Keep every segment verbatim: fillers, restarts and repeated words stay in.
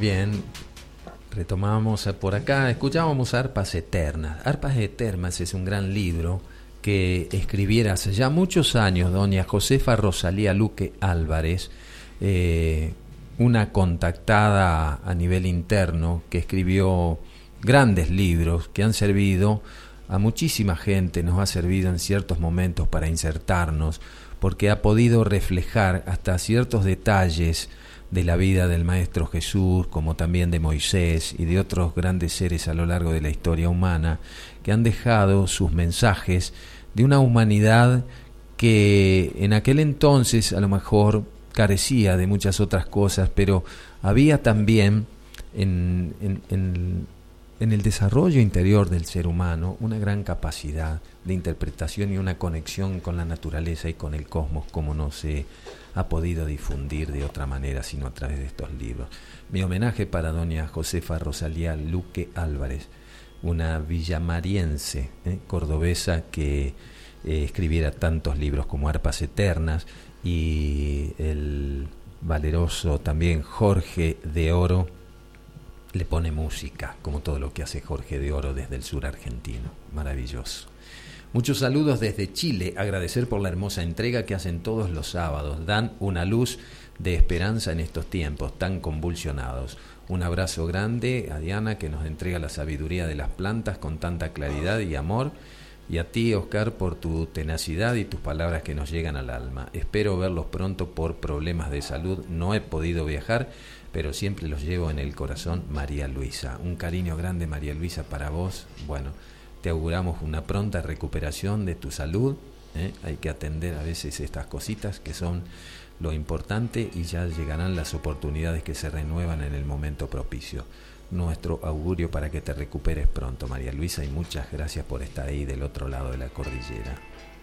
Bien, retomamos por acá, escuchábamos Arpas Eternas. Arpas Eternas es un gran libro que escribiera hace ya muchos años doña Josefa Rosalía Luque Álvarez, eh, una contactada a nivel interno que escribió grandes libros que han servido a muchísima gente, nos ha servido en ciertos momentos para insertarnos, porque ha podido reflejar hasta ciertos detalles de la vida del Maestro Jesús, como también de Moisés y de otros grandes seres a lo largo de la historia humana, que han dejado sus mensajes de una humanidad que en aquel entonces a lo mejor carecía de muchas otras cosas, pero había también en, en, en, en el desarrollo interior del ser humano una gran capacidad de interpretación y una conexión con la naturaleza y con el cosmos como no se ha podido difundir de otra manera sino a través de estos libros. Mi homenaje para doña Josefa Rosalía Luque Álvarez, una villamariense, eh, cordobesa que eh, escribiera tantos libros como Arpas Eternas y el valeroso también Jorge de Oro le pone música, como todo lo que hace Jorge de Oro desde el sur argentino. Maravilloso. Muchos saludos desde Chile, agradecer por la hermosa entrega que hacen todos los sábados, dan una luz de esperanza en estos tiempos tan convulsionados. Un abrazo grande a Diana, que nos entrega la sabiduría de las plantas con tanta claridad y amor, y a ti, Oscar, por tu tenacidad y tus palabras que nos llegan al alma. Espero verlos pronto. Por problemas de salud no he podido viajar, pero siempre los llevo en el corazón. María Luisa, un cariño grande, María Luisa, para vos. Bueno, te auguramos una pronta recuperación de tu salud, ¿eh? Hay que atender a veces estas cositas que son lo importante y ya llegarán las oportunidades que se renuevan en el momento propicio. Nuestro augurio para que te recuperes pronto, María Luisa, y muchas gracias por estar ahí del otro lado de la cordillera.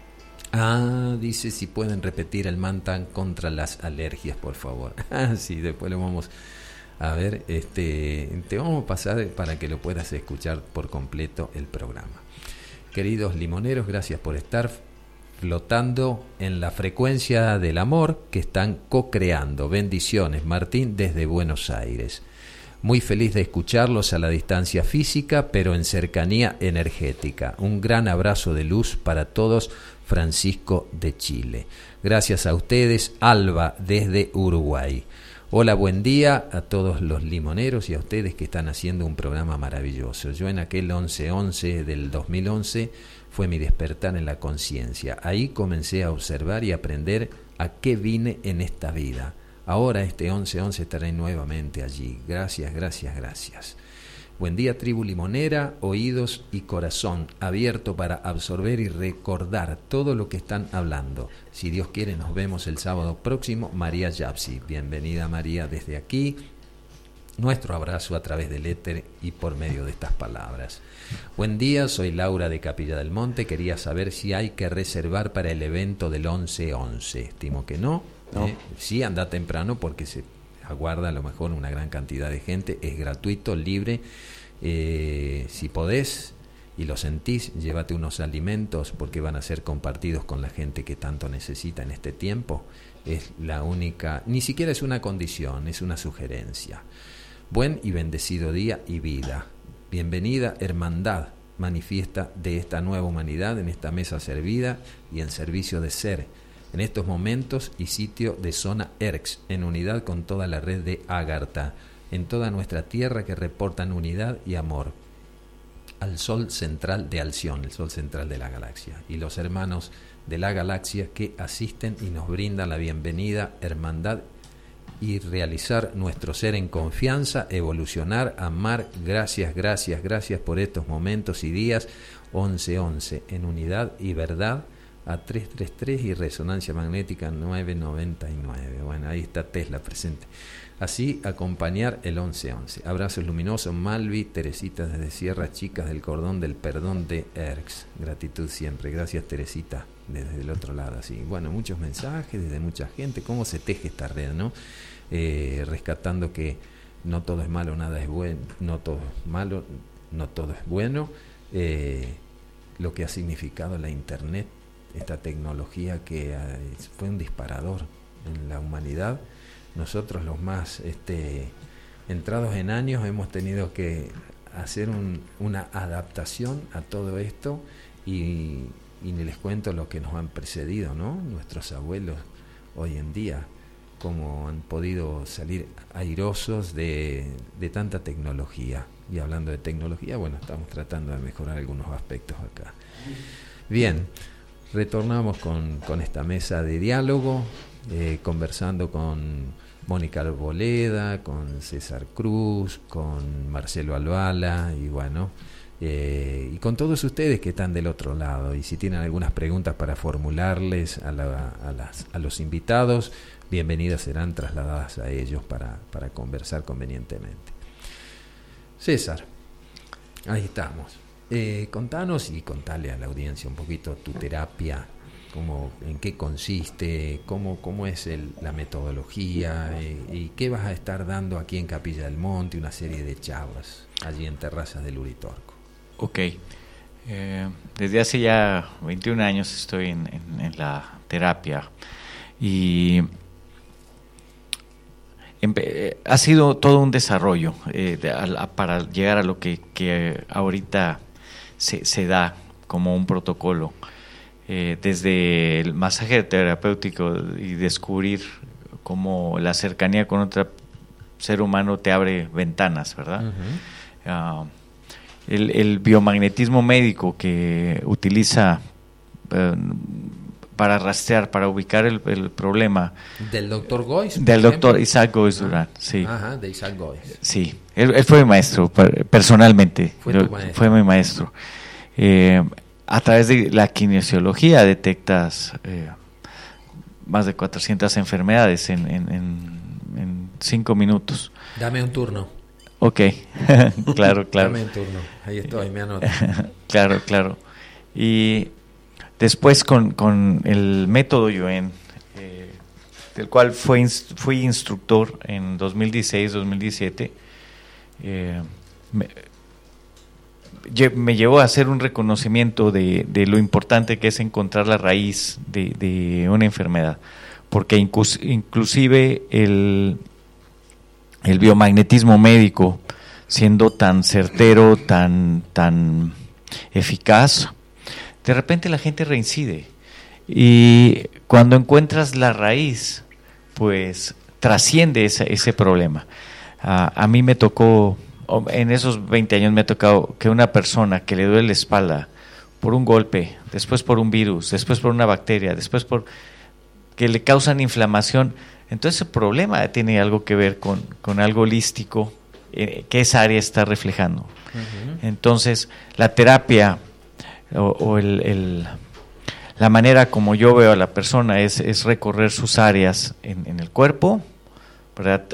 Ah, dice si pueden repetir el mantra contra las alergias, por favor. Ah, sí, después lo vamos a ver. Este, te vamos a pasar para que lo puedas escuchar por completo el programa. Queridos limoneros, gracias por estar flotando en la frecuencia del amor que están co-creando. Bendiciones, Martín, desde Buenos Aires. Muy feliz de escucharlos a la distancia física, pero en cercanía energética. Un gran abrazo de luz para todos, Francisco de Chile. Gracias a ustedes, Alba, desde Uruguay. Hola, buen día a todos los limoneros y a ustedes que están haciendo un programa maravilloso. Yo en aquel once once del dos mil once fue mi despertar en la conciencia. Ahí comencé a observar y aprender a qué vine en esta vida. Ahora este once once estaré nuevamente allí. Gracias, gracias, gracias. Buen día, tribu limonera, oídos y corazón abierto para absorber y recordar todo lo que están hablando. Si Dios quiere, nos vemos el sábado próximo. María Yapsi, bienvenida María desde aquí. Nuestro abrazo a través del éter y por medio de estas palabras. Buen día, soy Laura de Capilla del Monte. Quería saber si hay que reservar para el evento del once once. Estimo que no. No. Eh, sí, anda temprano porque se aguarda a lo mejor una gran cantidad de gente. Es gratuito, libre. Eh, si podés y lo sentís, llévate unos alimentos porque van a ser compartidos con la gente que tanto necesita en este tiempo. Es la única, ni siquiera es una condición, es una sugerencia. Buen y bendecido día y vida. Bienvenida, hermandad manifiesta de esta nueva humanidad en esta mesa servida y en servicio de ser. En estos momentos y sitio de zona E R C S, en unidad con toda la red de Agartha, en toda nuestra tierra que reportan unidad y amor, al sol central de Alción, el sol central de la galaxia, y los hermanos de la galaxia que asisten y nos brindan la bienvenida, hermandad y realizar nuestro ser en confianza, evolucionar, amar. Gracias, gracias, gracias por estos momentos y días. once once, en unidad y verdad, a tres treinta y tres y resonancia magnética nueve noventa y nueve. Bueno, ahí está Tesla presente. Así acompañar el once once. Abrazos luminosos, Malvi, Teresita desde Sierra, chicas del cordón del perdón de E R C S. Gratitud siempre. Gracias, Teresita, desde el otro lado. Así, bueno, muchos mensajes desde mucha gente. Cómo se teje esta red, ¿no? Eh, rescatando que no todo es malo, nada es bueno, no todo es malo, no todo es bueno. Eh, lo que ha significado la Internet, esta tecnología que fue un disparador en la humanidad. Nosotros los más este, entrados en años hemos tenido que hacer un, una adaptación a todo esto y, y ni les cuento los que nos han precedido, ¿no? Nuestros abuelos hoy en día, cómo han podido salir airosos de, de tanta tecnología. Y hablando de tecnología, bueno, estamos tratando de mejorar algunos aspectos acá. Bien, retornamos con, con esta mesa de diálogo, eh, conversando con Mónica Arboleda, con César Cruz, con Marcelo Albala y bueno, eh, y con todos ustedes que están del otro lado. Y si tienen algunas preguntas para formularles a, la, a, las, a los invitados, bienvenidas serán trasladadas a ellos para, para conversar convenientemente. César, ahí estamos. Eh, contanos y contale a la audiencia un poquito tu terapia, cómo, en qué consiste, cómo, cómo es el, la metodología eh, y qué vas a estar dando aquí en Capilla del Monte, una serie de charlas allí en Terrazas del Uritorco. Ok, eh, desde hace ya veintiún años estoy en, en, en la terapia y empe- ha sido todo un desarrollo eh, de, a, para llegar a lo que, que ahorita se, se da como un protocolo, eh, desde el masaje terapéutico y descubrir cómo la cercanía con otro ser humano te abre ventanas, ¿verdad? Uh-huh. Uh, el, el biomagnetismo médico que utiliza uh, para rastrear, para ubicar el, el problema. ¿Del doctor Goiz? Del doctor Isaac Goiz Durán, ah, sí. Ajá, de Isaac Goiz. Sí, él, él fue mi maestro, personalmente. Fue tu maestro. Fue mi maestro. Eh, a través de la kinesiología detectas eh, más de cuatrocientas enfermedades en, en, en, en cinco minutos. Dame un turno. Ok, claro, claro. Dame un turno, ahí estoy, me anoto. Claro, claro. Y después con, con el método Yuen, eh, del cual fue, fui instructor en dos mil dieciséis dos mil diecisiete, eh, me, me llevó a hacer un reconocimiento de, de lo importante que es encontrar la raíz de, de una enfermedad, porque inclus, inclusive el, el biomagnetismo médico, siendo tan certero, tan, tan eficaz, de repente la gente reincide, y cuando encuentras la raíz, pues trasciende ese, ese problema. Uh, a mí me tocó, en esos veinte años me ha tocado que una persona que le duele la espalda por un golpe, después por un virus, después por una bacteria, después por que le causan inflamación, entonces el problema tiene algo que ver con, con algo holístico eh, que esa área está reflejando. Uh-huh. Entonces la terapia o, o el, el, la manera como yo veo a la persona es, es recorrer sus áreas en, en el cuerpo, ¿verdad?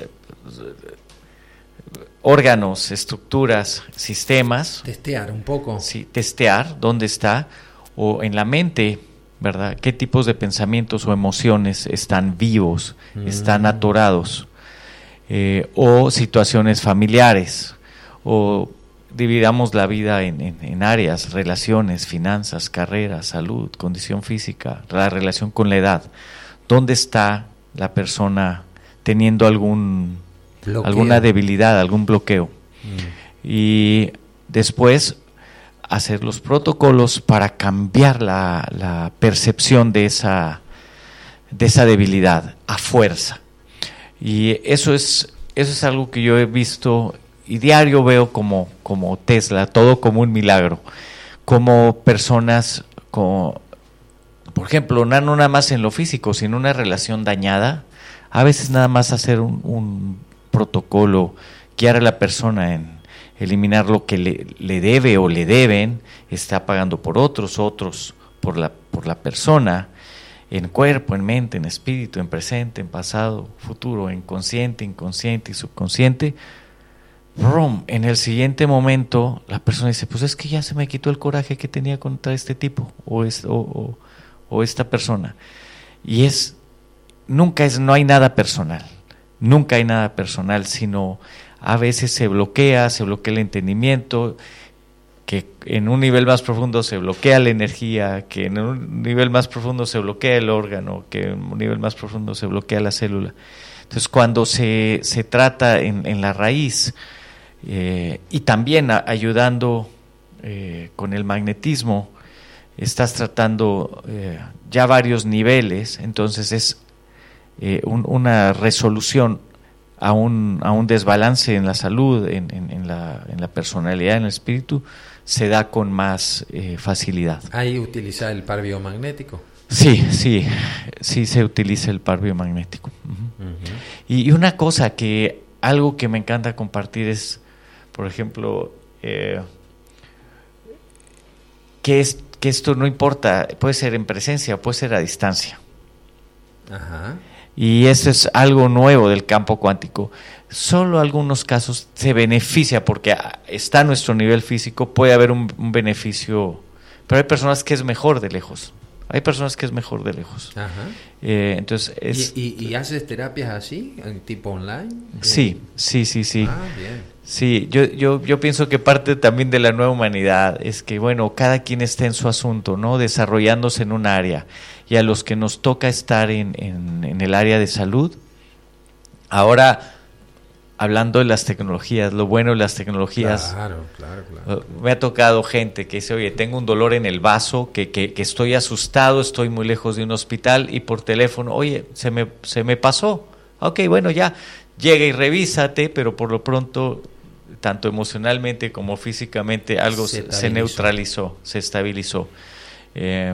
Órganos, estructuras, sistemas. Testear un poco. Sí, testear dónde está, o en la mente, ¿verdad? ¿Qué tipos de pensamientos o emociones están vivos, mm. están atorados? Eh, o situaciones familiares, o dividamos la vida en, en, en áreas, relaciones, finanzas, carrera, salud, condición física, la relación con la edad. ¿Dónde está la persona teniendo algún bloqueo, alguna debilidad, algún bloqueo? Mm. Y después hacer los protocolos para cambiar la, la percepción de esa, de esa debilidad a fuerza. Y eso es, eso es algo que yo he visto y diario veo como, como Tesla, todo como un milagro, como personas, como, por ejemplo, no nada más en lo físico, sino una relación dañada, a veces nada más hacer un, un protocolo, guiar a la persona en eliminar lo que le, le debe o le deben, está pagando por otros, otros por la, por la persona, en cuerpo, en mente, en espíritu, en presente, en pasado, futuro, en consciente, inconsciente y subconsciente. Rom, en el siguiente momento la persona dice, pues es que ya se me quitó el coraje que tenía contra este tipo o, es, o, o, o esta persona. Y es, nunca es, no hay nada personal, nunca hay nada personal, sino a veces se bloquea, se bloquea el entendimiento, que en un nivel más profundo se bloquea la energía, que en un nivel más profundo se bloquea el órgano, que en un nivel más profundo se bloquea la célula. Entonces, cuando se, se trata en, en la raíz eh, y también a, ayudando eh, con el magnetismo, estás tratando eh, ya varios niveles, entonces es eh, un, una resolución a un, a un desbalance en la salud, en, en, en, la, en la personalidad, en el espíritu, se da con más eh, facilidad. ¿Ahí utiliza el par biomagnético? Sí, sí, sí se utiliza el par biomagnético. Uh-huh. Uh-huh. Y, y una cosa que, algo que me encanta compartir es, por ejemplo, eh, que, es, que esto no importa, puede ser en presencia, puede ser a distancia. Ajá. Y eso es algo nuevo del campo cuántico. Solo algunos casos se beneficia porque está a nuestro nivel físico, puede haber un, un beneficio, pero hay personas que es mejor de lejos. Hay personas que es mejor de lejos. Ajá. Eh, entonces es, ¿Y, y, ¿Y haces terapias así, tipo online? Sí, sí, sí, sí. Ah, bien. Sí, yo, yo, yo pienso que parte también de la nueva humanidad es que, bueno, cada quien está en su asunto, ¿no? Desarrollándose en un área. Y a los que nos toca estar en, en, en el área de salud, ahora, hablando de las tecnologías, lo bueno de las tecnologías. Claro, claro, claro. Me ha tocado gente que dice, oye, tengo un dolor en el vaso, que, que, que estoy asustado, estoy muy lejos de un hospital, y por teléfono, oye, se me, se me pasó. Ok, bueno, ya, llega y revísate, pero por lo pronto, tanto emocionalmente como físicamente, algo se, se neutralizó, se estabilizó. Eh,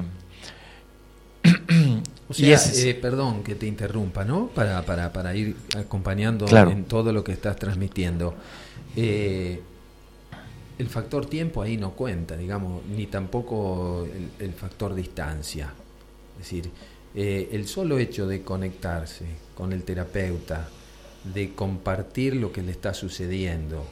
O sea, es, eh, perdón que te interrumpa, ¿no? Para, para, para ir acompañando claro. en todo lo que estás transmitiendo. Eh, el factor tiempo ahí no cuenta, digamos, ni tampoco el, el factor distancia. Es decir, eh, el solo hecho de conectarse con el terapeuta, de compartir lo que le está sucediendo,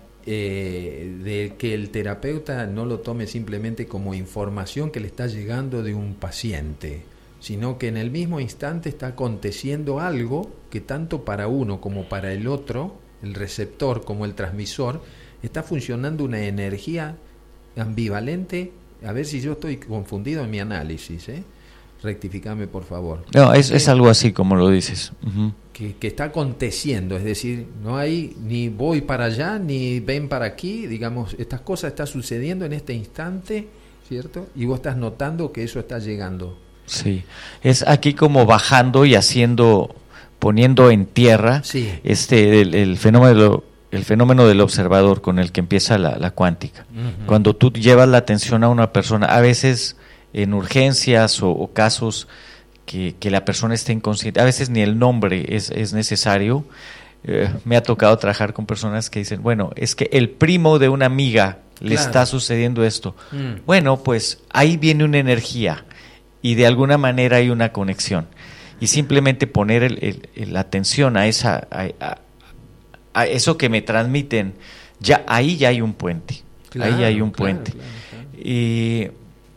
eh, de que el terapeuta no lo tome simplemente como información que le está llegando de un paciente, sino que en el mismo instante está aconteciendo algo que tanto para uno como para el otro, el receptor como el transmisor, está funcionando una energía ambivalente. A ver si yo estoy confundido en mi análisis, ¿eh? Rectifícame, por favor. No, es, es algo así como lo dices. Uh-huh. Que, que está aconteciendo, es decir, no hay ni voy para allá, ni ven para aquí, digamos, estas cosas están sucediendo en este instante, ¿cierto? Y vos estás notando que eso está llegando. Sí, es aquí como bajando y haciendo, poniendo en tierra sí. este el, el fenómeno el fenómeno del observador con el que empieza la, la cuántica. Uh-huh. Cuando tú llevas la atención a una persona, a veces en urgencias o, o casos que, que la persona esté inconsciente, a veces ni el nombre es, es necesario. Eh, me ha tocado trabajar con personas que dicen, bueno, es que el primo de una amiga le claro. está sucediendo esto. Mm. Bueno, pues ahí viene una energía. Y de alguna manera hay una conexión. Y simplemente poner el, el, el, la atención a, esa, a, a, a eso que me transmiten, ya ahí ya hay un puente. Claro, ahí hay un claro, puente. Claro, claro. Y,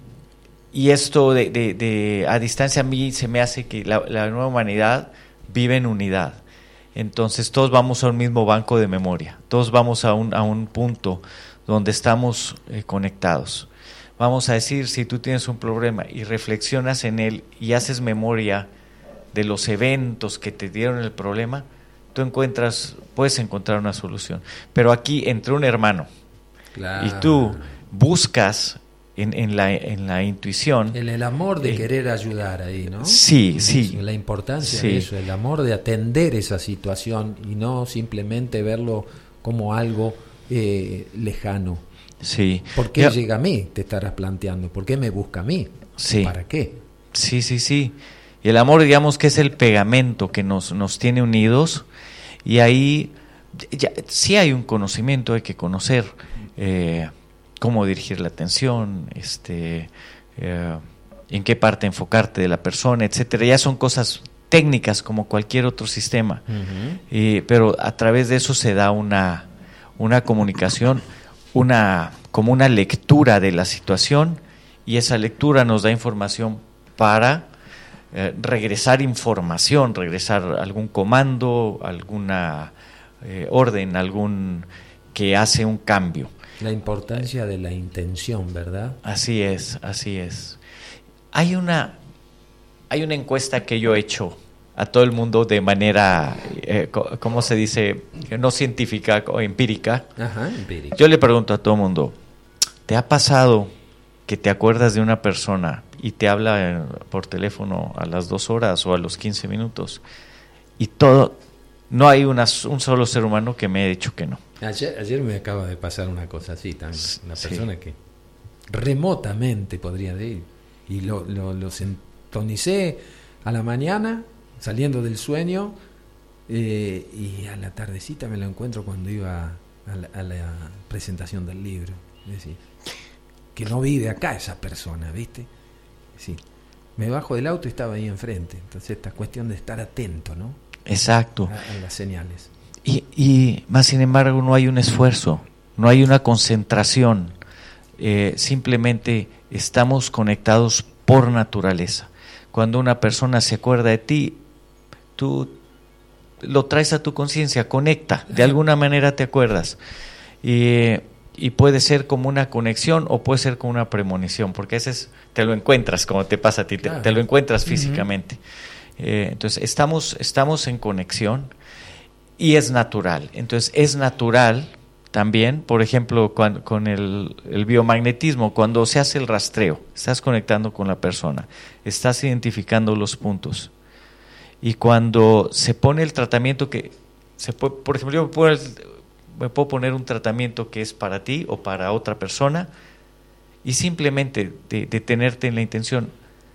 y esto de, de, de a distancia a mí se me hace que la, la nueva humanidad vive en unidad. Entonces todos vamos a un mismo banco de memoria. Todos vamos a un, a un punto donde estamos eh, conectados. Vamos a decir, si tú tienes un problema y reflexionas en él y haces memoria de los eventos que te dieron el problema, tú encuentras, puedes encontrar una solución. Pero aquí entre un hermano claro. y tú buscas en, en, la, en la intuición. En el amor de eh, querer ayudar ahí, ¿no? Sí, sí. La importancia sí. de eso, el amor de atender esa situación y no simplemente verlo como algo eh, lejano. Sí. ¿Por qué ya. llega a mí? Te estarás planteando. ¿Por qué me busca a mí? Sí. ¿Para qué? Sí, sí, sí. Y el amor, digamos que es el pegamento que nos, nos tiene unidos, y ahí ya, sí hay un conocimiento, hay que conocer eh, cómo dirigir la atención, este, eh, en qué parte enfocarte de la persona, etcétera. Ya son cosas técnicas como cualquier otro sistema, uh-huh. eh, pero a través de eso se da una, una comunicación, una como una lectura de la situación, y esa lectura nos da información para eh, regresar información, regresar algún comando, alguna eh, orden, algún que hace un cambio. La importancia de la intención, ¿verdad? Así es, así es. Hay una hay una encuesta que yo he hecho a todo el mundo de manera, eh, ¿cómo se dice? No científica o empírica. Ajá, empírica. Yo le pregunto a todo el mundo, ¿te ha pasado que te acuerdas de una persona y te habla por teléfono a las dos horas o a los quince minutos? Y todo, no hay una, un solo ser humano que me haya dicho que no. Ayer, ayer me acaba de pasar una cosa así también. Una Sí. persona que remotamente podría decir, y lo, lo, lo sintonicé a la mañana, saliendo del sueño, eh, y a la tardecita me lo encuentro cuando iba a la, a la presentación del libro. Es decir, que no vive acá esa persona, ¿viste? Sí. Me bajo del auto y estaba ahí enfrente. Entonces, esta cuestión de estar atento, ¿no? Exacto. A, a las señales. Y, y más sin embargo no hay un esfuerzo, no hay una concentración, eh, simplemente estamos conectados por naturaleza. Cuando una persona se acuerda de ti, tú lo traes a tu conciencia, conecta, de alguna manera te acuerdas. Y, y puede ser como una conexión o puede ser como una premonición, porque a veces te lo encuentras, como te pasa a ti, te, Claro. te lo encuentras físicamente. Uh-huh. Eh, entonces estamos, estamos en conexión. Y es natural. Entonces, es natural también, por ejemplo, cuando, con el, el biomagnetismo, cuando se hace el rastreo, estás conectando con la persona, estás identificando los puntos. Y cuando se pone el tratamiento que, se puede, por ejemplo, yo me puedo, me puedo poner un tratamiento que es para ti o para otra persona, y simplemente de, de tenerte en la intención,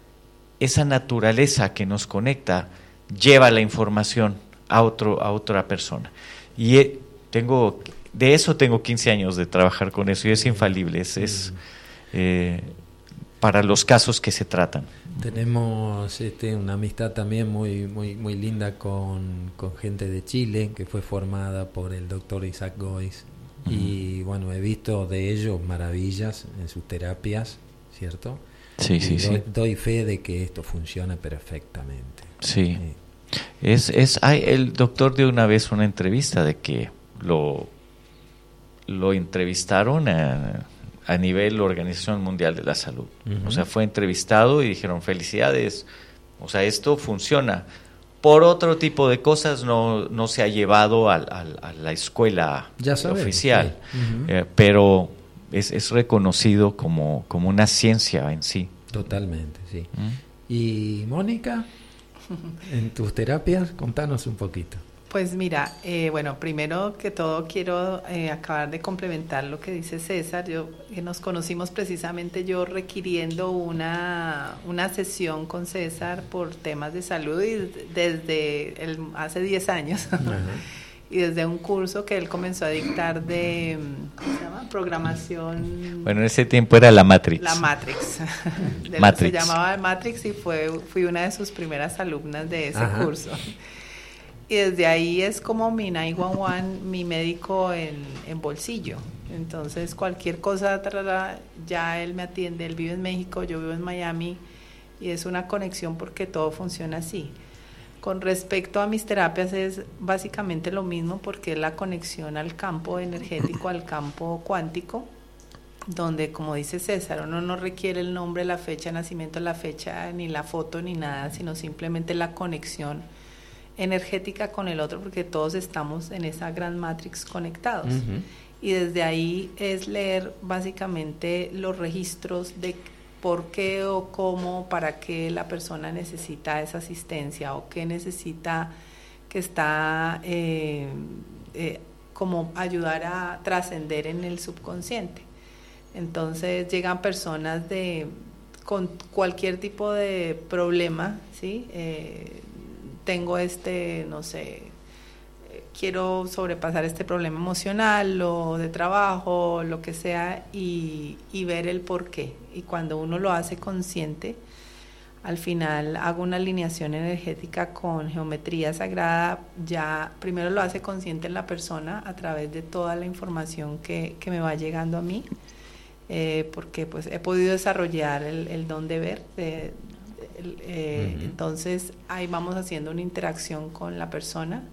esa naturaleza que nos conecta lleva la información a otro a otra persona. Y eh, tengo de eso tengo quince años de trabajar con eso y es infalible, es, es eh, para los casos que se tratan. Tenemos este, una amistad también muy muy muy linda con, con gente de Chile que fue formada por el doctor Isaac Gois. Uh-huh. Y bueno, he visto de ellos maravillas en sus terapias, ¿cierto? Sí, y sí, doy, sí. Doy fe de que esto funciona perfectamente. Sí. Eh, Es, es, hay, el doctor dio una vez una entrevista de que lo, lo entrevistaron a, a nivel Organización Mundial de la Salud. Uh-huh. O sea, fue entrevistado y dijeron, felicidades, o sea, esto funciona. Por otro tipo de cosas no, no se ha llevado a, a, a la escuela ya sabemos, oficial, sí. Uh-huh. eh, pero es, es reconocido como, como una ciencia en sí. Totalmente, sí. ¿Mm? ¿Y Mónica? En tus terapias, contanos un poquito. Pues mira, eh, bueno, primero que todo quiero eh, acabar de complementar lo que dice César. Yo eh, nos conocimos precisamente yo requiriendo una, una sesión con César por temas de salud y desde el, hace diez años. Uh-huh. Y desde un curso que él comenzó a dictar de, ¿cómo se llama? Programación. Bueno, en ese tiempo era la Matrix. La Matrix. De Matrix. Se llamaba Matrix y fue, fui una de sus primeras alumnas de ese Ajá. curso. Y desde ahí es como mi nueve uno uno, mi médico en, en bolsillo. Entonces cualquier cosa, ya él me atiende, él vive en México, yo vivo en Miami y es una conexión porque todo funciona así. Con respecto a mis terapias es básicamente lo mismo porque es la conexión al campo energético, al campo cuántico, donde, como dice César, uno no requiere el nombre, la fecha de nacimiento, la fecha, ni la foto, ni nada, sino simplemente la conexión energética con el otro, porque todos estamos en esa gran matrix conectados. Uh-huh. Y desde ahí es leer básicamente los registros de por qué o cómo, para qué la persona necesita esa asistencia o qué necesita que está eh, eh, como ayudar a trascender en el subconsciente. Entonces llegan personas de con cualquier tipo de problema, ¿sí? Eh, tengo este, no sé, quiero sobrepasar este problema emocional o de trabajo, lo que sea, y, y ver el por qué. Y cuando uno lo hace consciente, al final hago una alineación energética con geometría sagrada, ya primero lo hace consciente en la persona a través de toda la información que, que me va llegando a mí, eh, porque pues he podido desarrollar el, el don de ver, de, de, eh, uh-huh. Entonces ahí vamos haciendo una interacción con la persona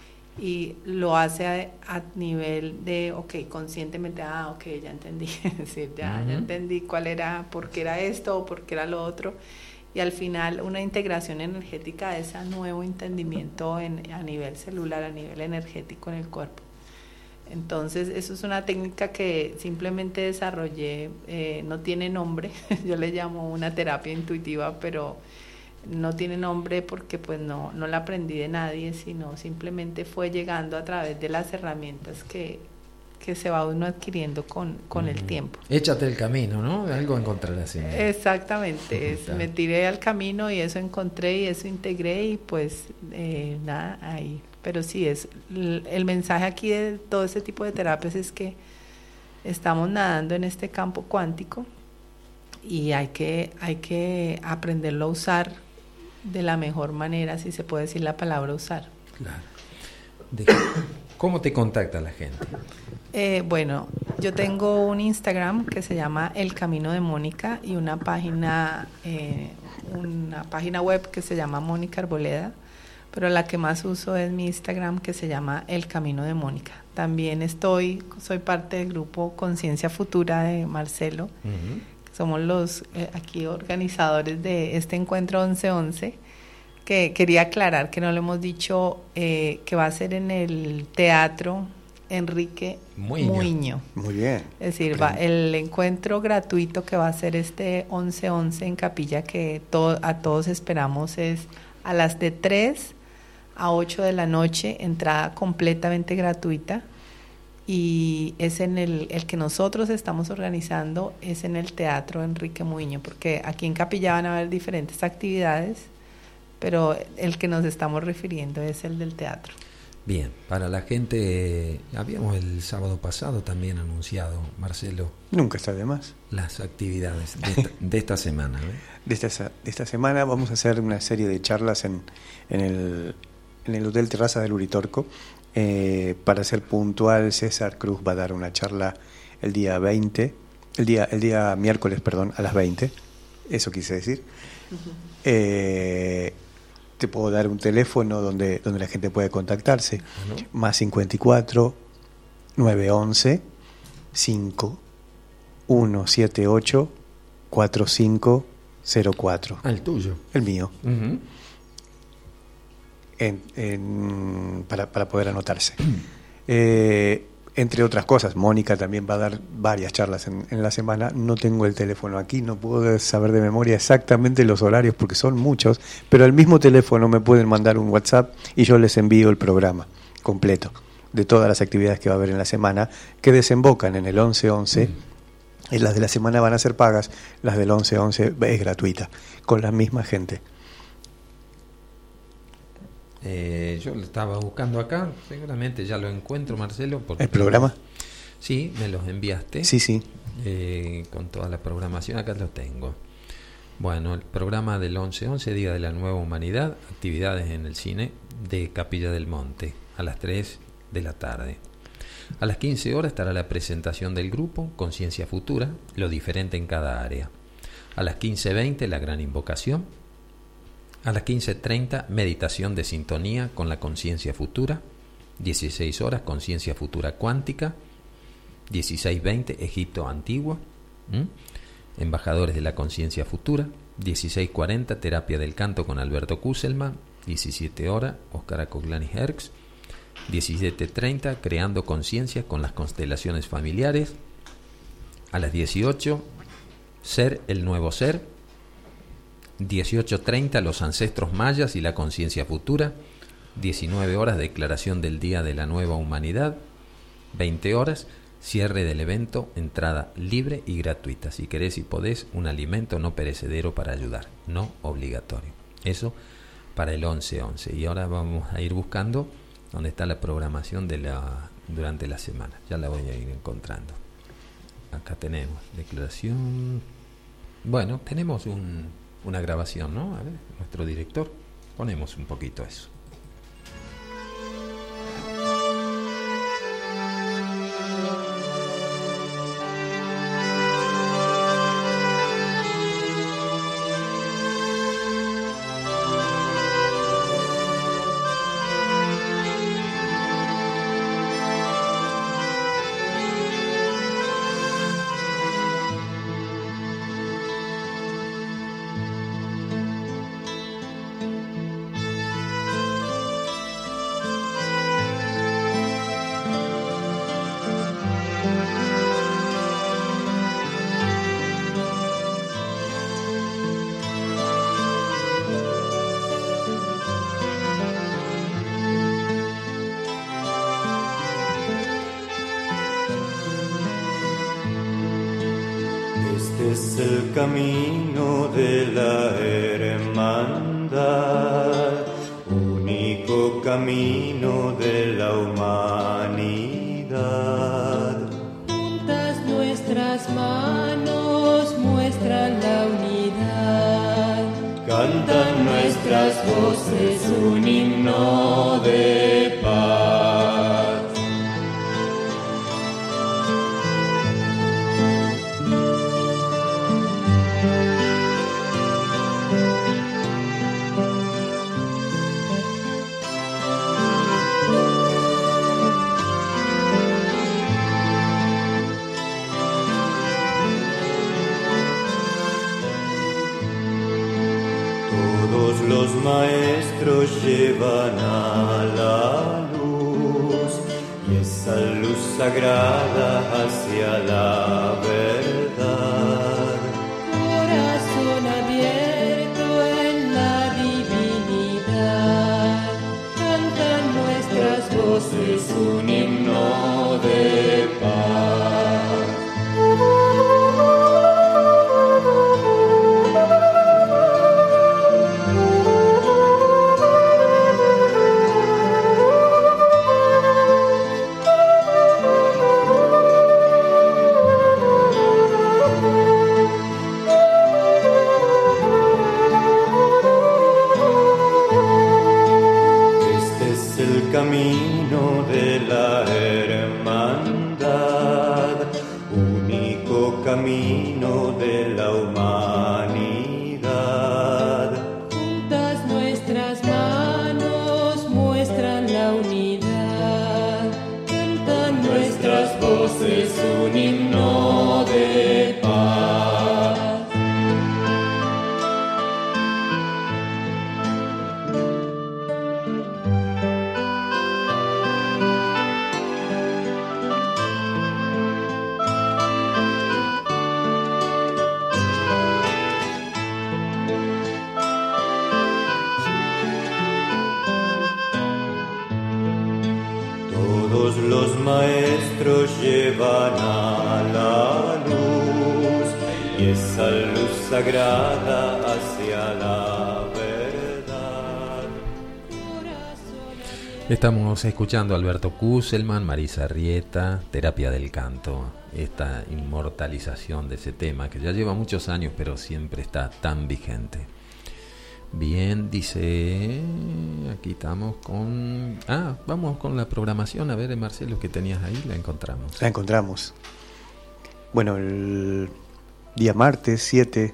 y lo hace a, a nivel de, ok, conscientemente, ah, ok, ya entendí, es decir, ya, uh-huh. ya entendí cuál era, por qué era esto o por qué era lo otro, y y al final una integración energética de ese nuevo entendimiento en, a nivel celular, a nivel energético en el cuerpo. Entonces, eso es una técnica que simplemente desarrollé, eh, no tiene nombre, yo le llamo una terapia intuitiva, pero no tiene nombre porque pues no, no la aprendí de nadie, sino simplemente fue llegando a través de las herramientas que, que se va uno adquiriendo con, con mm. el tiempo. Échate el camino, ¿no? Algo encontrarás. Exactamente, es, me tiré al camino y eso encontré y eso integré y pues eh, nada, ahí. Pero sí, es el, el mensaje aquí de todo este tipo de terapias es que estamos nadando en este campo cuántico y hay que, hay que aprenderlo a usar de la mejor manera, si se puede decir la palabra usar. Claro. De, ¿Cómo te contacta la gente? Eh, bueno, yo tengo un Instagram que se llama El Camino de Mónica y una página, eh, una página web que se llama Mónica Arboleda, pero la que más uso es mi Instagram que se llama El Camino de Mónica. También estoy, soy parte del grupo Conciencia Futura de Marcelo. Uh-huh. Somos los eh, aquí organizadores de este encuentro once once, que quería aclarar que no lo hemos dicho, eh, que va a ser en el Teatro Enrique Muiño. Muiño. Muy bien. Es decir, va, el encuentro gratuito que va a ser este once once en Capilla, que to- a todos esperamos, es a las de tres a ocho de la noche, entrada completamente gratuita. Y es en el, el que nosotros estamos organizando, es en el Teatro Enrique Muiño, porque aquí en Capilla van a haber diferentes actividades, pero el que nos estamos refiriendo es el del teatro. Bien, para la gente, habíamos el sábado pasado también anunciado, Marcelo. Nunca está de más. Las actividades de esta, de esta semana. ¿eh? De esta, de esta semana vamos a hacer una serie de charlas en, en, el, en el Hotel Terraza del Uritorco. Eh, para ser puntual, César Cruz va a dar una charla el día veinte, el día, el día miércoles, perdón, a las veinte. Eso quise decir. Uh-huh. Eh, te puedo dar un teléfono donde, donde la gente puede contactarse. Uh-huh. Más cincuenta y cuatro, novecientos once, cinco, ciento setenta y ocho, cuarenta y cinco cero cuatro. Ah, el tuyo. El mío. Uh-huh. En, en, para, para poder anotarse. Eh, entre otras cosas, Mónica también va a dar varias charlas en, en la semana. No tengo el teléfono aquí, no puedo saber de memoria exactamente los horarios porque son muchos, pero al mismo teléfono me pueden mandar un WhatsApp y yo les envío el programa completo de todas las actividades que va a haber en la semana, que desembocan en el once once. Mm. Y las de la semana van a ser pagas, las del once once es gratuita, con la misma gente. Eh, yo lo estaba buscando acá, seguramente ya lo encuentro, Marcelo. Porque ¿el programa? Sí, me los enviaste. Sí, sí. Eh, con toda la programación, acá lo tengo. Bueno, el programa del once once, Día de la Nueva Humanidad, actividades en el cine de Capilla del Monte, a las tres de la tarde. A las quince horas estará la presentación del grupo Conciencia Futura, lo diferente en cada área. A las quince veinte, la gran invocación. A las quince treinta, meditación de sintonía con la conciencia futura. dieciséis horas, conciencia futura cuántica. dieciséis veinte, Egipto antiguo. ¿Mm? Embajadores de la conciencia futura. dieciséis cuarenta, terapia del canto con Alberto Kusselman. diecisiete horas, Oscar Acoglani Herx. diecisiete treinta, creando conciencia con las constelaciones familiares. A las dieciocho, ser el nuevo ser. dieciocho treinta, los ancestros mayas y la conciencia futura. diecinueve horas, declaración del Día de la Nueva Humanidad. veinte horas, cierre del evento, entrada libre y gratuita. Si querés y podés, un alimento no perecedero para ayudar, no obligatorio. Eso para el once once. Y ahora vamos a ir buscando dónde está la programación de la durante la semana. Ya la voy a ir encontrando. Acá tenemos declaración. Bueno, tenemos un una grabación, ¿no? A ver, nuestro director, ponemos un poquito eso. Este es el camino de la hermandad, único camino de la humanidad. Juntas nuestras manos muestran la unidad. Cantan nuestras voces un himno de paz. Los maestros llevan a la luz y esa luz sagrada hacia la verdad. Corazón abierto en la divinidad, cantan nuestras voces un himno de paz. Camino de la hermandad, único camino de la humanidad. Juntas nuestras manos muestran la unidad, cantan nuestras voces un himno de paz. Los maestros llevan a la luz y esa luz sagrada hacia la verdad. Estamos escuchando a Alberto Kusselman, Marisa Arrieta, Terapia del Canto, esta inmortalización de ese tema que ya lleva muchos años pero siempre está tan vigente. Bien, dice, aquí estamos con... Ah, vamos con la programación. A ver, Marcelo, que tenías ahí, la encontramos. La encontramos. Bueno, el día martes siete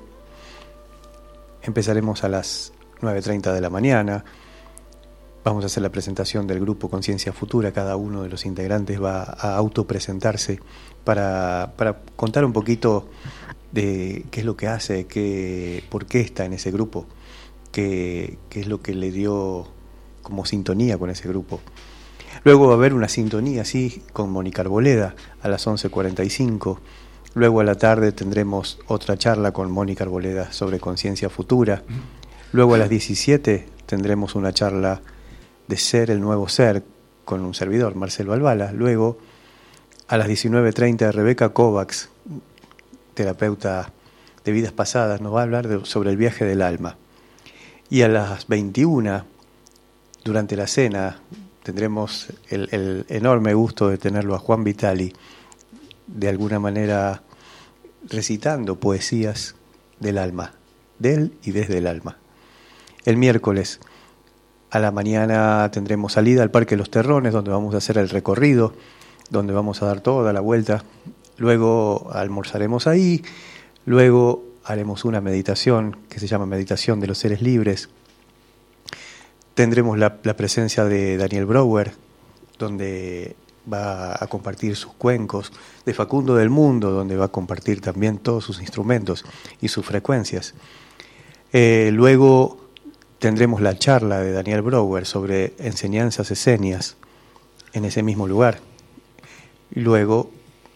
empezaremos a las nueve treinta de la mañana. Vamos a hacer la presentación del grupo Conciencia Futura. Cada uno de los integrantes va a autopresentarse para, para contar un poquito de qué es lo que hace, qué, por qué está en ese grupo. Qué, qué es lo que le dio como sintonía con ese grupo. Luego va a haber una sintonía así con Mónica Arboleda a las once cuarenta y cinco. Luego a la tarde tendremos otra charla con Mónica Arboleda sobre conciencia futura. Luego a las diecisiete tendremos una charla de ser el nuevo ser con un servidor, Marcelo Albala. Luego a las diecinueve treinta Rebeca Kovacs, terapeuta de vidas pasadas, nos va a hablar de, sobre el viaje del alma. Y a las veintiuna, durante la cena, tendremos el, el enorme gusto de tenerlo a Juan Vitali, de alguna manera recitando poesías del alma, de él y desde el alma. El miércoles, a la mañana, tendremos salida al Parque Los Terrones, donde vamos a hacer el recorrido, donde vamos a dar toda la vuelta. Luego almorzaremos ahí, luego haremos una meditación que se llama Meditación de los Seres Libres. Tendremos la, la presencia de Daniel Brouwer, donde va a compartir sus cuencos, de Facundo del Mundo, donde va a compartir también todos sus instrumentos y sus frecuencias. Eh, luego tendremos la charla de Daniel Brouwer sobre enseñanzas esenias en ese mismo lugar. Y luego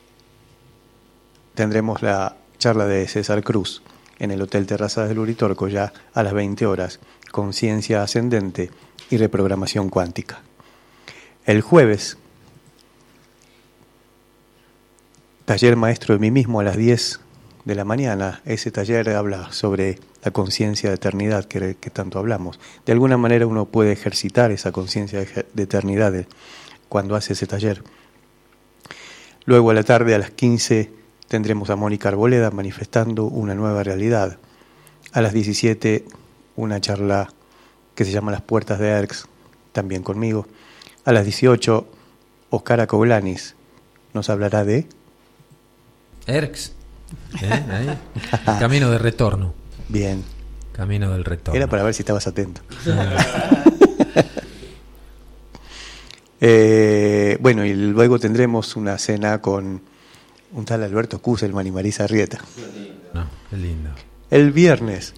tendremos la charla de César Cruz en el Hotel Terrazas del Uritorco ya a las veinte horas, conciencia ascendente y reprogramación cuántica. El jueves, taller maestro de mí mismo a las diez de la mañana. Ese taller habla sobre la conciencia de eternidad que, que tanto hablamos. De alguna manera uno puede ejercitar esa conciencia de eternidad de, cuando hace ese taller. Luego a la tarde a las quince tendremos a Mónica Arboleda manifestando una nueva realidad. A las diecisiete una charla que se llama Las Puertas de Erx, también conmigo. A las dieciocho Oscar Acoglanis nos hablará de Erx, ¿eh? Ahí. Camino de retorno. Bien. Camino del retorno. Era para ver si estabas atento. eh, bueno, y luego tendremos una cena con un tal Alberto Kusselman y Marisa Arrieta. No, qué lindo. El viernes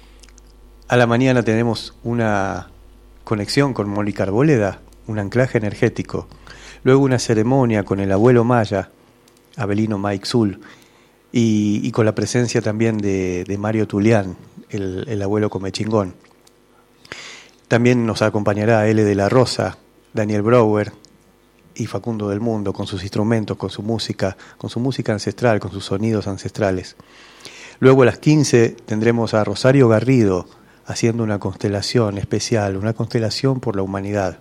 a la mañana tenemos una conexión con Mónica Arboleda, un anclaje energético. Luego una ceremonia con el abuelo maya, Abelino Mike Zul, y, y con la presencia también de, de Mario Tulián, el, el abuelo Comechingón. También nos acompañará L. de la Rosa, Daniel Brouwer y Facundo del Mundo con sus instrumentos, con su música, con su música ancestral, con sus sonidos ancestrales. Luego a las quince tendremos a Rosario Garrido haciendo una constelación especial, una constelación por la humanidad.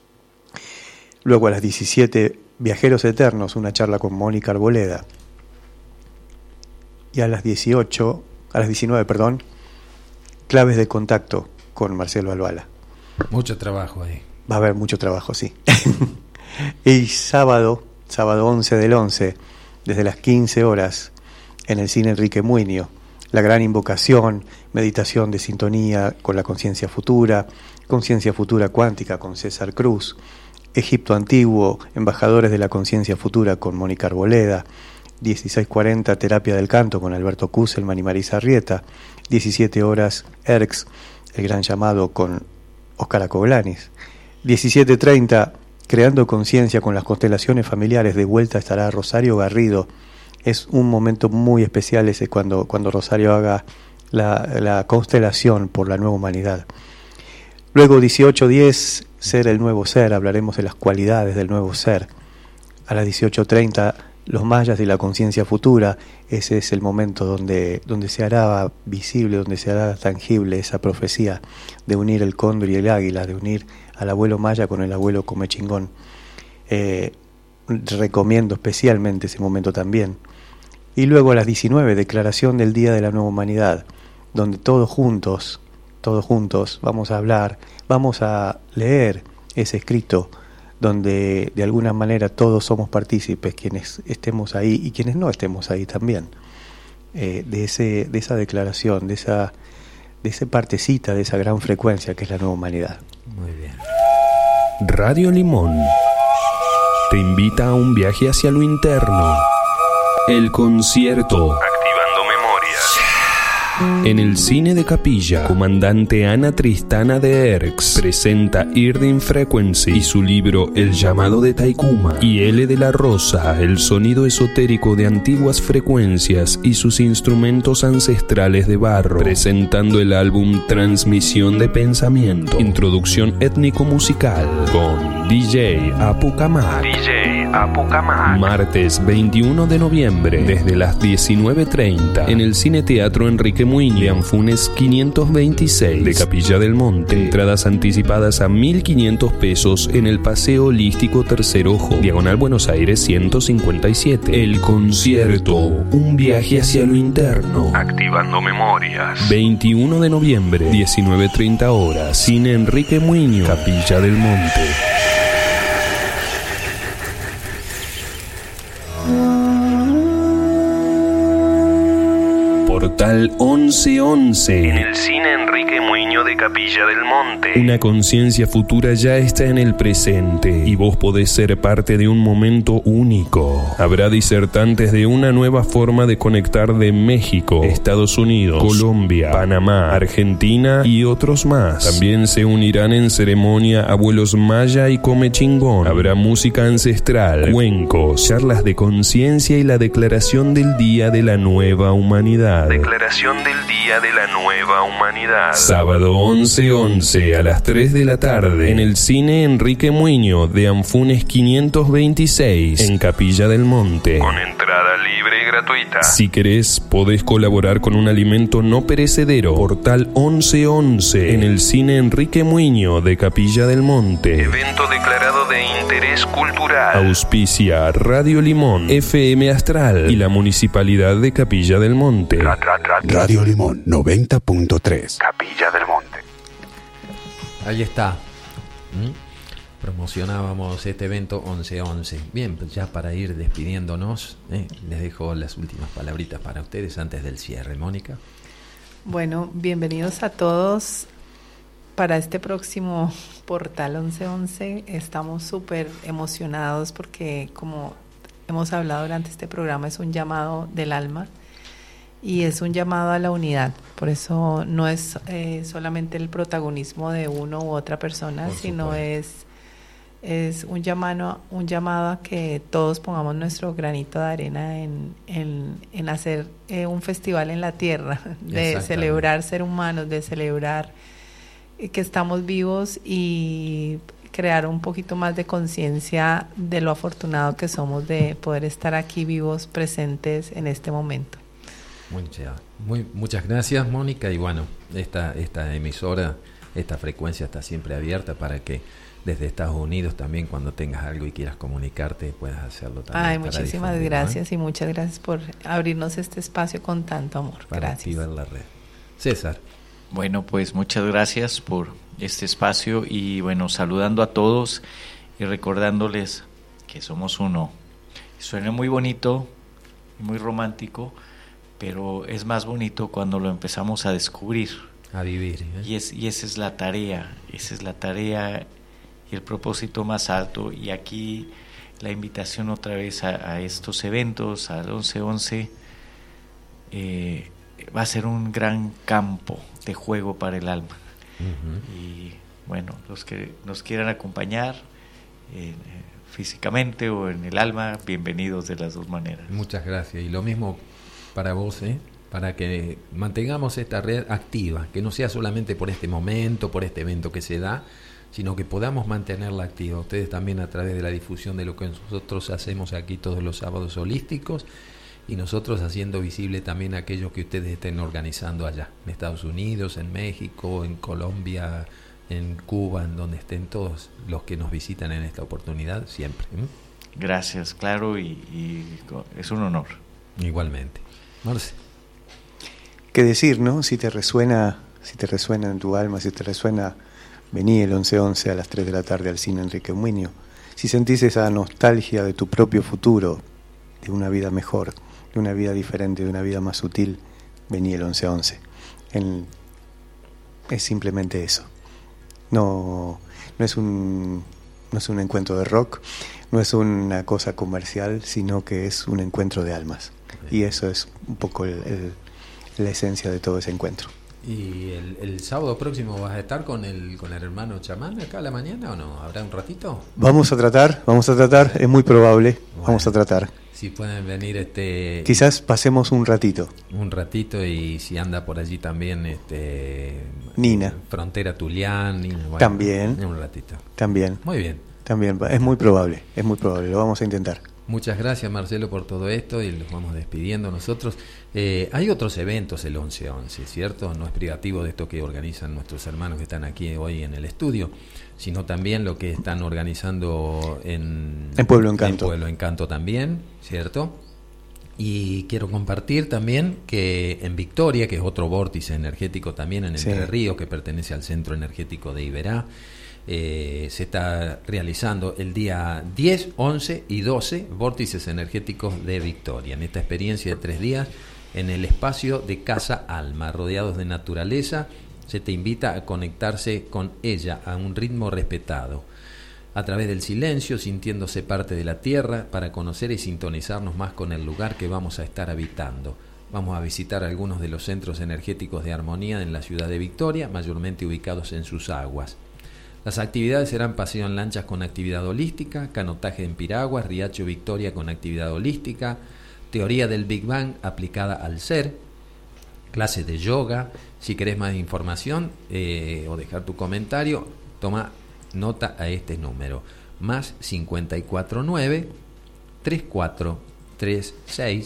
Luego a las diecisiete, Viajeros Eternos, una charla con Mónica Arboleda. Y a las dieciocho, a las diecinueve, perdón, Claves de Contacto con Marcelo Albala. Mucho trabajo ahí. Va a haber mucho trabajo, sí. Y sábado, sábado once del once, desde las quince horas, en el Cine Enrique Muñoz, la gran invocación, meditación de sintonía con la conciencia futura, conciencia futura cuántica con César Cruz, Egipto Antiguo, embajadores de la conciencia futura con Mónica Arboleda, dieciséis cuarenta, terapia del canto con Alberto Kusselman y Marisa Arrieta, diecisiete horas, Erx, el gran llamado con Oscar Acoglanis, diecisiete treinta, creando conciencia con las constelaciones familiares, de vuelta estará Rosario Garrido. Es un momento muy especial ese cuando, cuando Rosario haga la, la constelación por la nueva humanidad. Luego dieciocho diez, Ser el nuevo ser, hablaremos de las cualidades del nuevo ser. A las dieciocho treinta, los mayas y la conciencia futura. Ese es el momento donde, donde se hará visible, donde se hará tangible esa profecía de unir el cóndor y el águila, de unir al abuelo maya con el abuelo Comechingón. Eh, recomiendo especialmente ese momento también. Y luego a las diecinueve, declaración del Día de la Nueva Humanidad, donde todos juntos, todos juntos vamos a hablar, vamos a leer ese escrito donde de alguna manera todos somos partícipes, quienes estemos ahí y quienes no estemos ahí también, eh, de ese, de esa declaración, de esa, de esa partecita, de esa gran frecuencia que es la nueva humanidad. Muy bien. Radio Limón te invita a un viaje hacia lo interno. El concierto Activando Memorias. En el Cine de Capilla, Comandante Ana Tristana de Erx presenta Earthing Frequency y su libro El llamado de Taikuma, y L. de la Rosa, el sonido esotérico de antiguas frecuencias y sus instrumentos ancestrales de barro, presentando el álbum Transmisión de Pensamiento, introducción étnico-musical con D J Apucamat. D J Apucamat. Martes veintiuno de noviembre, desde las diecinueve treinta, en el Cine Teatro Enrique Muñoz de Anfunes quinientos veintiséis de Capilla del Monte. Entradas anticipadas a mil quinientos pesos en el Paseo Holístico Tercer Ojo, Diagonal Buenos Aires ciento cincuenta y siete. El concierto, un viaje hacia lo interno. Activando Memorias. veintiuno de noviembre, diecinueve treinta horas, Cine Enrique Muñoz, Capilla del Monte. Portal once once. En el Cine Enrique Muñoz de Capilla del Monte. Una conciencia futura ya está en el presente y vos podés ser parte de un momento único. Habrá disertantes de una nueva forma de conectar de México, Estados Unidos, Colombia, Panamá, Argentina y otros más. También se unirán en ceremonia abuelos maya y Comechingón. Habrá música ancestral, cuencos, charlas de conciencia y la declaración del Día de la Nueva Humanidad. Declaración del Día de la Nueva Humanidad. Sábado once once a las tres de la tarde en el Cine Enrique Muñoz de Anfunes quinientos veintiséis en Capilla del Monte. Con entrada libre y gratuita. gratuita. Si querés, podés colaborar con un alimento no perecedero. Portal once once en el Cine Enrique Muiño de Capilla del Monte. Evento declarado de interés cultural. Auspicia Radio Limón, F M Astral y la Municipalidad de Capilla del Monte. Ra- ra- ra- Radio Limón noventa punto tres. Capilla del Monte. Ahí está. ¿Mm? Promocionábamos este evento once once. Bien, pues ya para ir despidiéndonos, eh, les dejo las últimas palabritas para ustedes antes del cierre. Mónica. Bueno, bienvenidos a todos para este próximo Portal once once. Estamos súper emocionados porque, como hemos hablado durante este programa, es un llamado del alma y es un llamado a la unidad. Por eso no es eh, solamente el protagonismo de uno u otra persona, Por sino supuesto. es es un llamado, un llamado a que todos pongamos nuestro granito de arena en, en, en hacer eh, un festival en la tierra, de celebrar ser humanos, de celebrar eh, que estamos vivos y crear un poquito más de conciencia de lo afortunado que somos de poder estar aquí vivos, presentes en este momento. Muchas, muy, muchas gracias, Mónica. Y bueno, esta, esta emisora, esta frecuencia está siempre abierta para que desde Estados Unidos también, cuando tengas algo y quieras comunicarte, puedas hacerlo también. Ay, para muchísimas difundirlo, gracias ¿eh? y muchas gracias por abrirnos este espacio con tanto amor. Para Gracias. activar la red. César. Bueno, pues muchas gracias por este espacio y bueno, saludando a todos y recordándoles que somos uno. Suena muy bonito y muy romántico, pero es más bonito cuando lo empezamos a descubrir. A vivir. ¿eh? Y, es, y esa es la tarea, esa es la tarea y el propósito más alto. Y aquí la invitación otra vez a, a estos eventos, al once once, eh, va a ser un gran campo de juego para el alma. Uh-huh. Y bueno, los que nos quieran acompañar eh, físicamente o en el alma, bienvenidos de las dos maneras. Muchas gracias. Y lo mismo para vos, ¿eh? Para que mantengamos esta red activa, que no sea solamente por este momento, por este evento que se da, sino que podamos mantenerla activa. Ustedes también a través de la difusión de lo que nosotros hacemos aquí todos los sábados holísticos, y nosotros haciendo visible también aquellos que ustedes estén organizando allá, en Estados Unidos, en México, en Colombia, en Cuba, en donde estén todos los que nos visitan en esta oportunidad, siempre. ¿eh? Gracias, claro, y, y es un honor. Igualmente. Marce. ¿Qué decir, no? Si te resuena, si te resuena en tu alma, si te resuena, vení el once once a las tres de la tarde al Cine Enrique Muiño. Si sentís esa nostalgia de tu propio futuro, de una vida mejor, de una vida diferente, de una vida más sutil, vení el once once. En, es simplemente eso. No, no es un, no es un encuentro de rock, no es una cosa comercial, sino que es un encuentro de almas. Y eso es un poco el, el, la esencia de todo ese encuentro. ¿Y el, el sábado próximo vas a estar con el con el hermano chamán acá a la mañana o no? ¿Habrá un ratito? Vamos a tratar, vamos a tratar, es muy probable, Bueno, vamos a tratar. Si pueden venir este Quizás pasemos un ratito. un ratito, y si anda por allí también este Nina. Frontera Tulián, Nina, bueno, También. un ratito. También, Muy bien. también, es muy probable, es muy probable, lo vamos a intentar. Muchas gracias, Marcelo, por todo esto, y los vamos despidiendo nosotros. Eh, hay otros eventos el once once, ¿cierto? No es privativo de esto que organizan nuestros hermanos que están aquí hoy en el estudio, sino también lo que están organizando en, En Pueblo Encanto. En Pueblo Encanto también, ¿cierto? Y quiero compartir también que en Victoria, que es otro vórtice energético también en Entre Sí. Ríos, que pertenece al Centro Energético de Iberá, Eh, se está realizando el día diez, once y doce vórtices energéticos de Victoria, en esta experiencia de tres días en el espacio de Casa Alma, rodeados de naturaleza. Se te invita a conectarse con ella a un ritmo respetado, a través del silencio, sintiéndose parte de la tierra, para conocer y sintonizarnos más con el lugar que vamos a estar habitando. Vamos a visitar algunos de los centros energéticos de armonía en la ciudad de Victoria, mayormente ubicados en sus aguas. Las actividades serán paseo en lanchas con actividad holística, canotaje en piraguas, Riacho Victoria con actividad holística, teoría del Big Bang aplicada al ser, clases de yoga. Si querés más información eh, o dejar tu comentario, toma nota a este número, más cincuenta y cuatro nueve, treinta y cuatro, treinta y seis,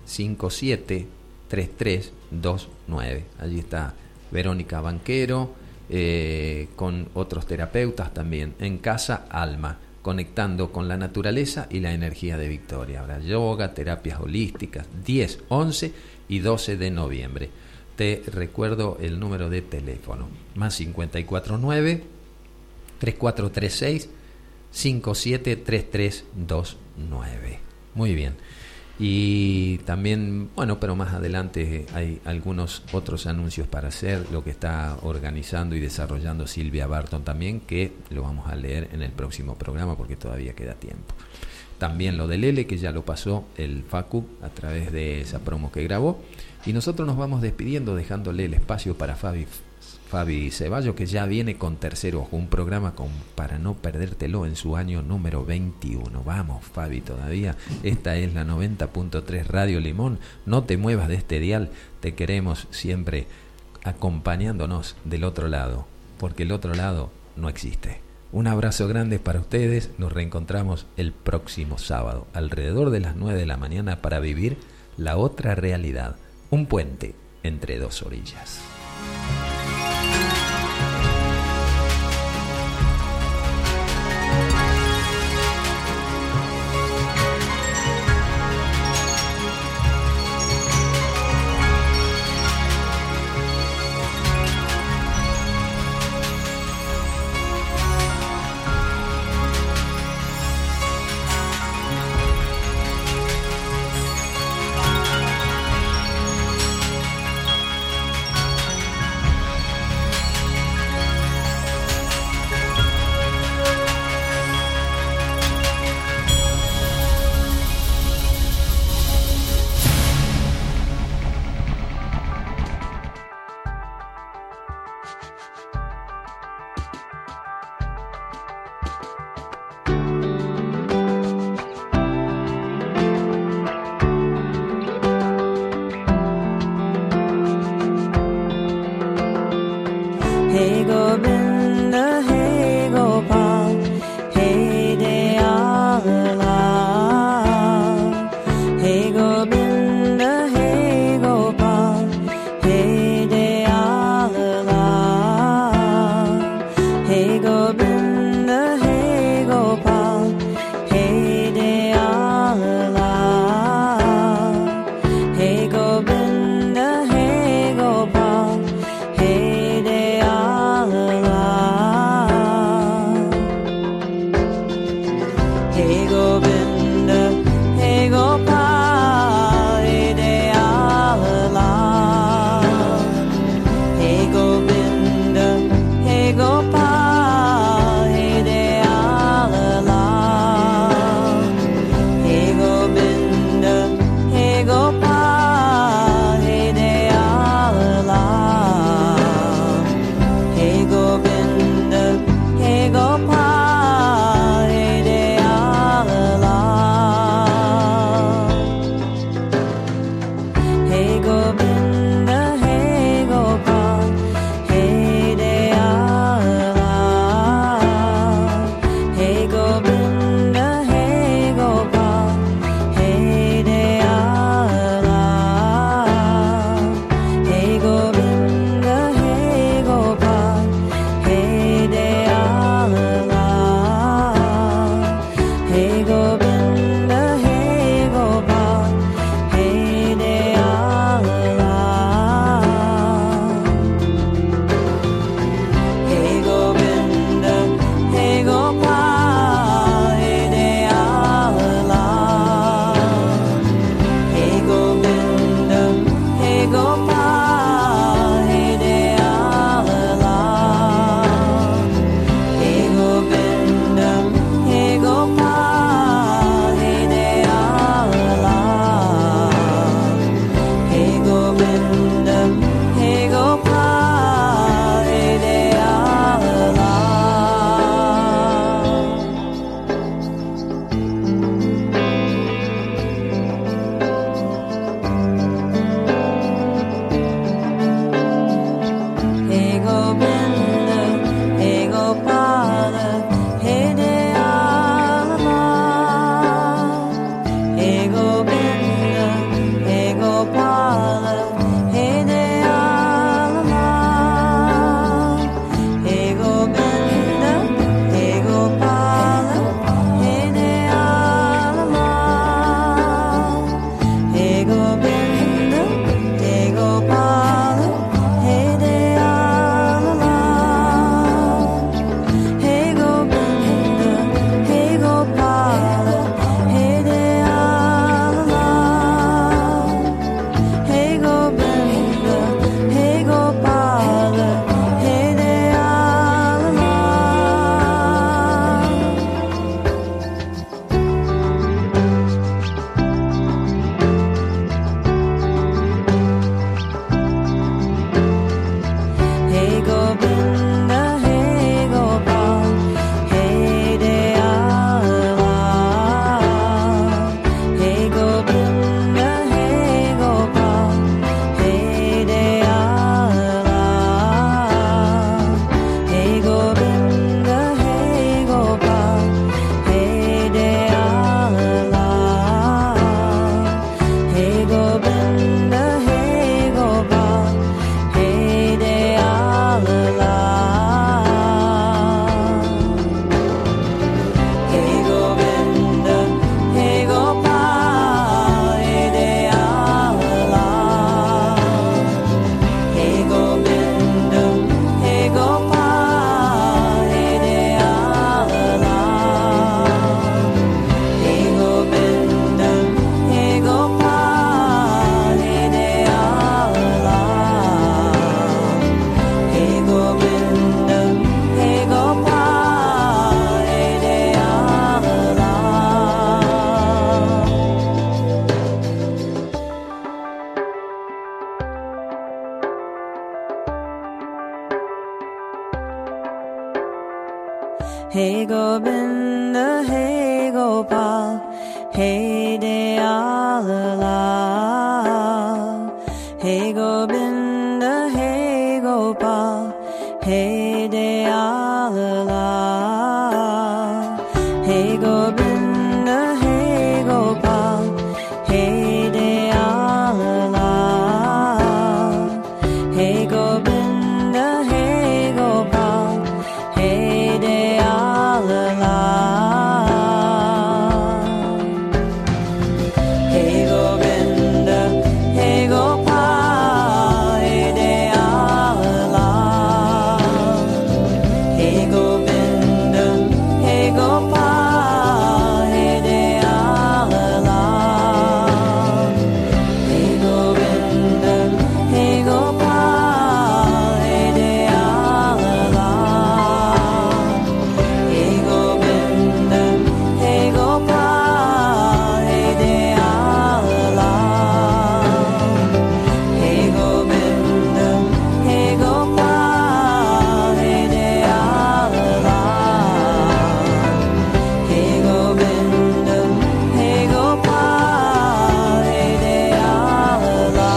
cinco siete tres tres dos nueve. Allí está Verónica Banquero, eh, con otros terapeutas también, en Casa Alma, conectando con la naturaleza y la energía de Victoria. Habrá yoga, terapias holísticas, diez, once y doce de noviembre. Te recuerdo el número de teléfono, más cincuenta y cuatro nueve, tres cuatro tres seis, cinco siete tres tres dos nueve. Muy bien. Y también, bueno, pero más adelante hay algunos otros anuncios para hacer, lo que está organizando y desarrollando Silvia Barton también, que lo vamos a leer en el próximo programa porque todavía queda tiempo. También lo del L, que ya lo pasó el Facu a través de esa promo que grabó. Y nosotros nos vamos despidiendo, dejándole el espacio para Fabi, Fabi Ceballos, que ya viene con Tercer Ojo, un programa con, para no perdértelo, en su año número veintiuno. Vamos, Fabi, todavía. Esta es la noventa punto tres Radio Limón. No te muevas de este dial, te queremos siempre acompañándonos del otro lado, porque el otro lado no existe. Un abrazo grande para ustedes. Nos reencontramos el próximo sábado, alrededor de las nueve de la mañana, para vivir la otra realidad. Un puente entre dos orillas. Hey Govinda, hey Gopal, hey Dayalala. Hey Govinda, hey Gopal, hey Dayalala. Hey Govinda, hey Gopal, hey Dayalala. Hey Govinda, hey Gopal, hey Dayalala. Hey Govinda, hey Gopal, hey Dayalala. Hey Govinda, hey Gopal, hey Dayalala. Hey Govinda, hey Gopal, hey Dayalala. Hey Govinda, hey Gopal, hey Dayalala. Hey Govinda, hey Gopal, hey Dayalala. Hey Govinda, hey Gopal, hey Dayalala.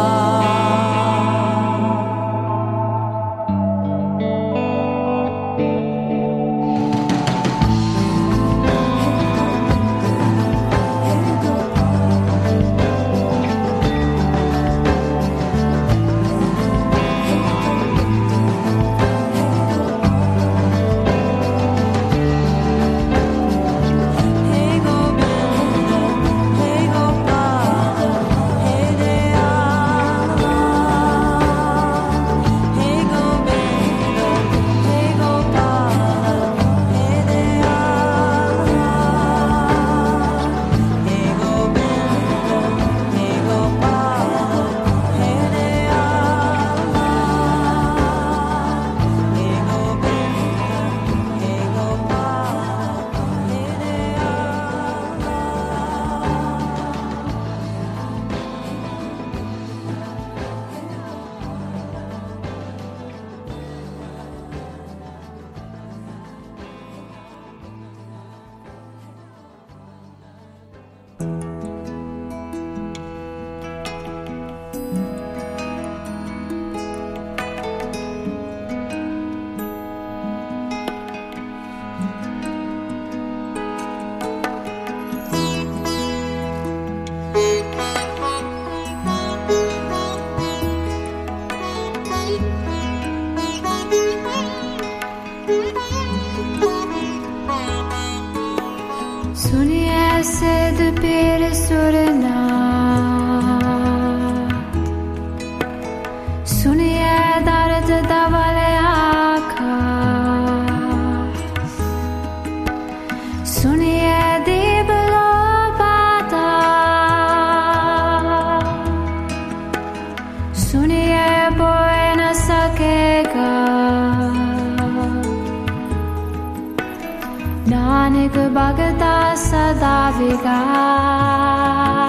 Hey Govinda, hey Gopal, hey Dayalala. Hey Govinda, hey Gopal, hey Dayalala. Hey Govinda, hey Gopal, hey Dayalala. Hey Govinda, hey Gopal, hey सुनिए सिद्ध पीर सुरना सुनिए दर्द दवले आखा सुनिए दीप लो पाता सुनिए बोल न सकेगा नानक भगता सदा विगा